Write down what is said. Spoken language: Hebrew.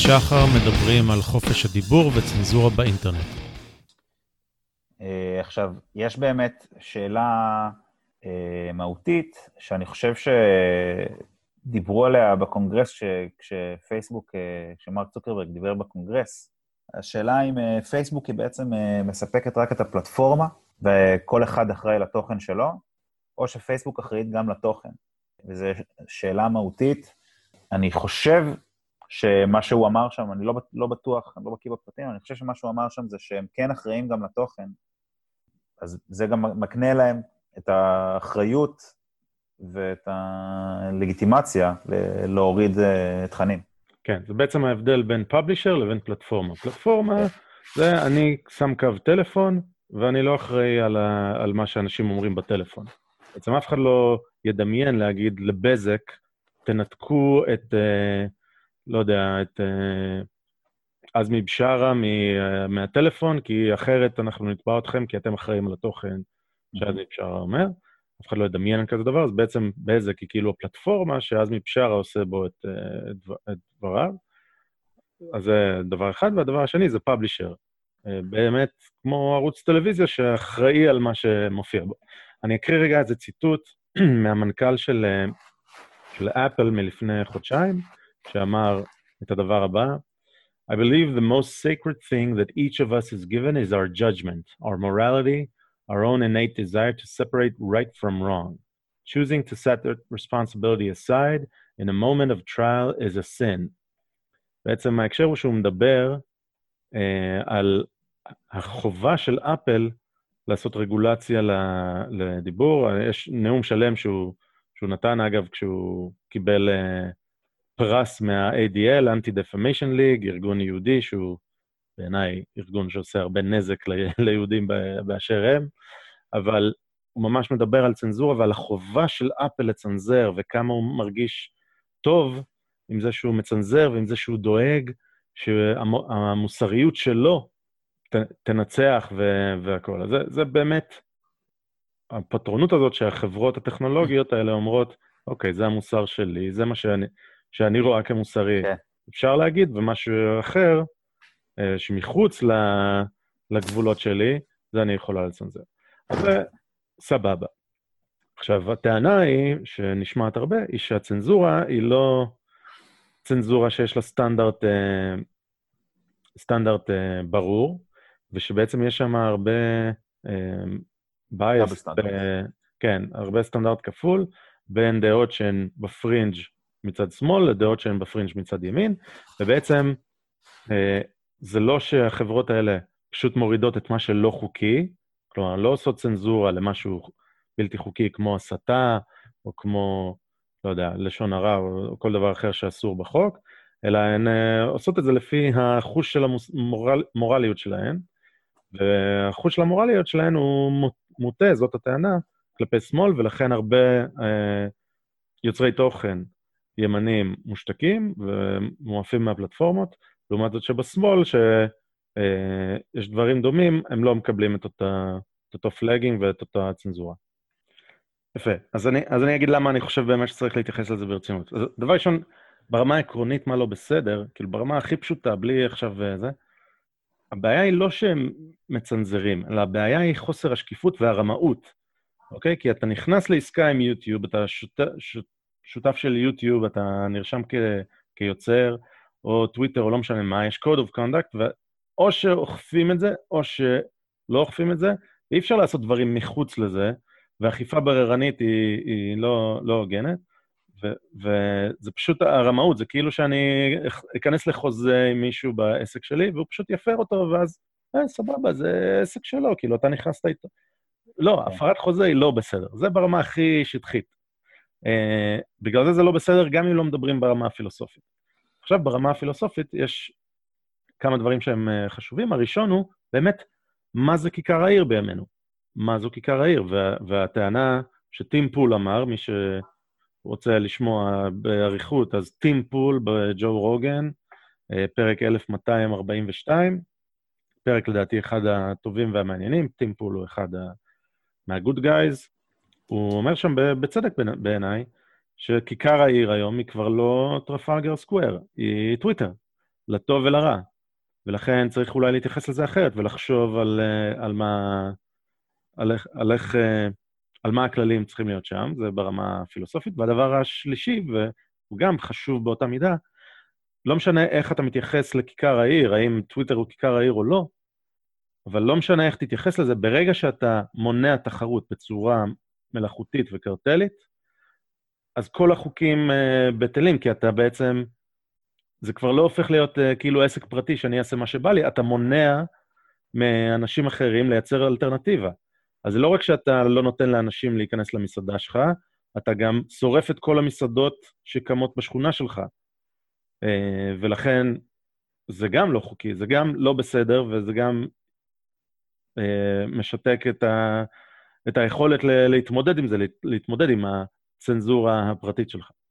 ושחר מדברים על חופש הדיבור וצנזורה באינטרנט. עכשיו, יש באמת שאלה מהותית, שאני חושב שדיברו עליה בקונגרס, כשפייסבוק, כשמרק צוקרברג דיבר בקונגרס. השאלה אם פייסבוק היא בעצם מספקת רק את הפלטפורמה, וכל אחד אחראי לתוכן שלו, או שפייסבוק אחראית גם לתוכן. וזו שאלה מהותית. אני חושב שמה שהוא אמר שם, אני לא בטוח, אני לא בקיא בפרטים, אני חושב שמה שהוא אמר שם זה שהם כן אחראים גם לתוכן, אז זה גם מקנה להם את האחריות ואת הלגיטימציה להוריד תכנים. כן, זה בעצם ההבדל בין פאבלישר לבין פלטפורמה. פלטפורמה זה אני שם קו טלפון, ואני לא אחראי על מה שאנשים אומרים בטלפון. בעצם אף אחד לא ידמיין להגיד לבזק, תנתקו את, לא יודע, את עזמי בשארה מהטלפון, כי אחרת אנחנו נתבע אתכם, כי אתם אחראים על התוכן שעזמי בשארה אומר. אף אחד לא ידמיין כזה דבר, אז בעצם בזק היא כאילו הפלטפורמה שעזמי בשארה עושה בו את דבריו. אז זה דבר אחד, והדבר השני זה פאבלישר. באמת כמו ערוץ טלוויזיה שאחראי על מה שמופיע בו. אני אקריא רגע איזה ציטוט מהמנכ"ל של אפל מלפני חודשיים, שאמר את הדבר הבא, I believe the most sacred thing that each of us is given is our judgment, our morality, our own innate desire to separate right from wrong. Choosing to set that responsibility aside in a moment of trial is a sin. בעצם ההקשר הוא שהוא מדבר על החובה של אפל לעשות רגולציה לדיבור. יש נאום שלם שהוא נתן, אגב, כשהוא קיבל פרס מה-ADL, Anti-Defamation League, ארגון יהודי, שהוא בעיניי ארגון שעושה הרבה נזק ליהודים באשר הם, אבל הוא ממש מדבר על צנזורה ועל החובה של אפל לצנזר, וכמה הוא מרגיש טוב עם זה שהוא מצנזר, ועם זה שהוא דואג שהמוסריות שלו תנצח והכל. אז זה באמת הפטרונות הזאת שהחברות הטכנולוגיות האלה אומרות, אוקיי, זה המוסר שלי, זה מה שאני רואה כמוסרי. אפשר להגיד, ומשהו אחר, שמחוץ לגבולות שלי, זה אני יכולה לצנזר. אז זה סבבה. עכשיו, הטענה היא, שנשמעת הרבה, היא שהצנזורה היא לא צנזורה שיש לה סטנדרט ברור, ושבעצם יש שם הרבה בייס, כן, הרבה סטנדרט כפול, בין דעות שהן בפרינג' מצד שמאל, לדעות שהן בפרינג' מצד ימין, ובעצם זה לא שהחברות האלה פשוט מורידות את מה שלא חוקי, כלומר, לא עושות צנזורה למשהו בלתי חוקי, כמו הסתה, או כמו, לא יודע, לשון הרע, או כל דבר אחר שאסור בחוק, אלא הן עושות את זה לפי החוש של המורליות שלהן, והחוש של המורליות שלהן הוא מוטה, זאת הטענה, כלפי שמאל, ולכן הרבה יוצרי תוכן ימנים מושתקים, ומועפים מהפלטפורמות, לעומת זאת שבשמאל, שיש דברים דומים, הם לא מקבלים את אותו פלאגינג ואת אותה צנזורה. יפה. אז אני אגיד למה אני חושב באמת שצריך להתייחס לזה ברצינות. דבר ראשון, ברמה העקרונית מה לא בסדר, כאילו ברמה הכי פשוטה, בלי עכשיו זה, הבעיה היא לא שהם מצנזרים, אלא הבעיה היא חוסר השקיפות והרמאות, אוקיי? כי אתה נכנס לעסקה עם יוטיוב, אתה שותף של יוטיוב, אתה נרשם כיוצר, או טוויטר, או לא משנה מה, יש Code of Conduct, או שאוכפים את זה, או שלא אוכפים את זה, ואי אפשר לעשות דברים מחוץ לזה, והאכיפה בררנית היא לא הוגנת, וזה פשוט הרמאות, זה כאילו שאני אכנס לחוזה עם מישהו בעסק שלי, והוא פשוט יפר אותו, ואז, סבבה, זה עסק שלו, כאילו אתה נכנסת איתו. לא, הפרת חוזה היא לא בסדר, זה ברמה הכי שטחית. בגלל זה לא בסדר, גם אם לא מדברים ברמה הפילוסופית. עכשיו, ברמה הפילוסופית יש כמה דברים שהם חשובים. הראשון הוא, באמת, מה זה כיכר העיר בימינו? מה זו כיכר העיר? והטענה שטים פול אמר, מי שרוצה לשמוע בעריכות, אז טים פול בג'ו רוגן, פרק 1242, פרק לדעתי אחד הטובים והמעניינים, טים פול הוא אחד מהגוד גייז, הוא אומר שם בצדק בעיניי, שכיכר העיר היום היא כבר לא טרפלגר סקוואר, היא טוויטר. לטוב ולרע. ולכן צריך אולי להתייחס לזה אחרת, ולחשוב על מה הכללים צריכים להיות שם, זה ברמה הפילוסופית. והדבר השלישי, והוא גם חשוב באותה מידה, לא משנה איך אתה מתייחס לכיכר העיר, האם טוויטר הוא כיכר העיר או לא, אבל לא משנה איך תתייחס לזה, ברגע שאתה מונע תחרות בצורה מלאכותית וקרטלית, אז כל החוקים בטלים, כי אתה בעצם, זה כבר לא הופך להיות כאילו עסק פרטי שאני אעשה מה שבא לי, אתה מונע מאנשים אחרים לייצר אלטרנטיבה. אז זה לא רק שאתה לא נותן לאנשים להיכנס למסעדה שלך, אתה גם שורף את כל המסעדות שקמות בשכונה שלך. ולכן זה גם לא חוקי, זה גם לא בסדר, וזה גם משתק את היכולת להתמודד עם זה, להתמודד עם הצנזורה הפרטית שלך.